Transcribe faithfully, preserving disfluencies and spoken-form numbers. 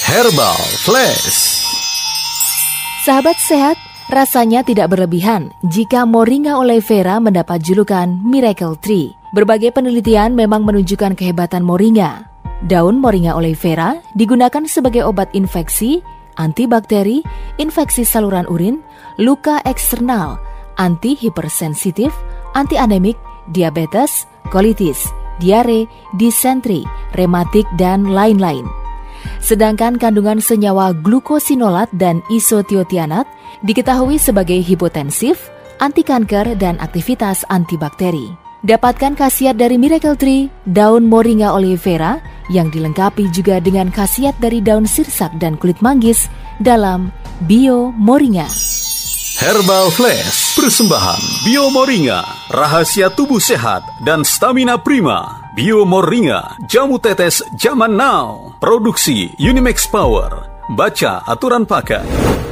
Herbal Flash. Sahabat sehat, rasanya tidak berlebihan jika Moringa Aloe Vera mendapat julukan Miracle Tree. Berbagai penelitian memang menunjukkan kehebatan Moringa. Daun Moringa Aloe Vera digunakan sebagai obat infeksi, antibakteri, infeksi saluran urin, luka eksternal, anti-hipersensitif, anti-anemik, diabetes, kolitis, diare, disentri, rematik, dan lain-lain. Sedangkan kandungan senyawa glukosinolat dan isotiotianat diketahui sebagai hipotensif, anti kanker, dan aktivitas antibakteri. Dapatkan khasiat dari Miracle Tree, daun Moringa Aloe Vera, yang dilengkapi juga dengan khasiat dari daun sirsak dan kulit manggis dalam Bio Moringa. Herbal Flash, persembahan Bio Moringa, rahasia tubuh sehat dan stamina prima. Bio Moringa, jamu tetes zaman now. Produksi Unimax Power. Baca aturan pakai.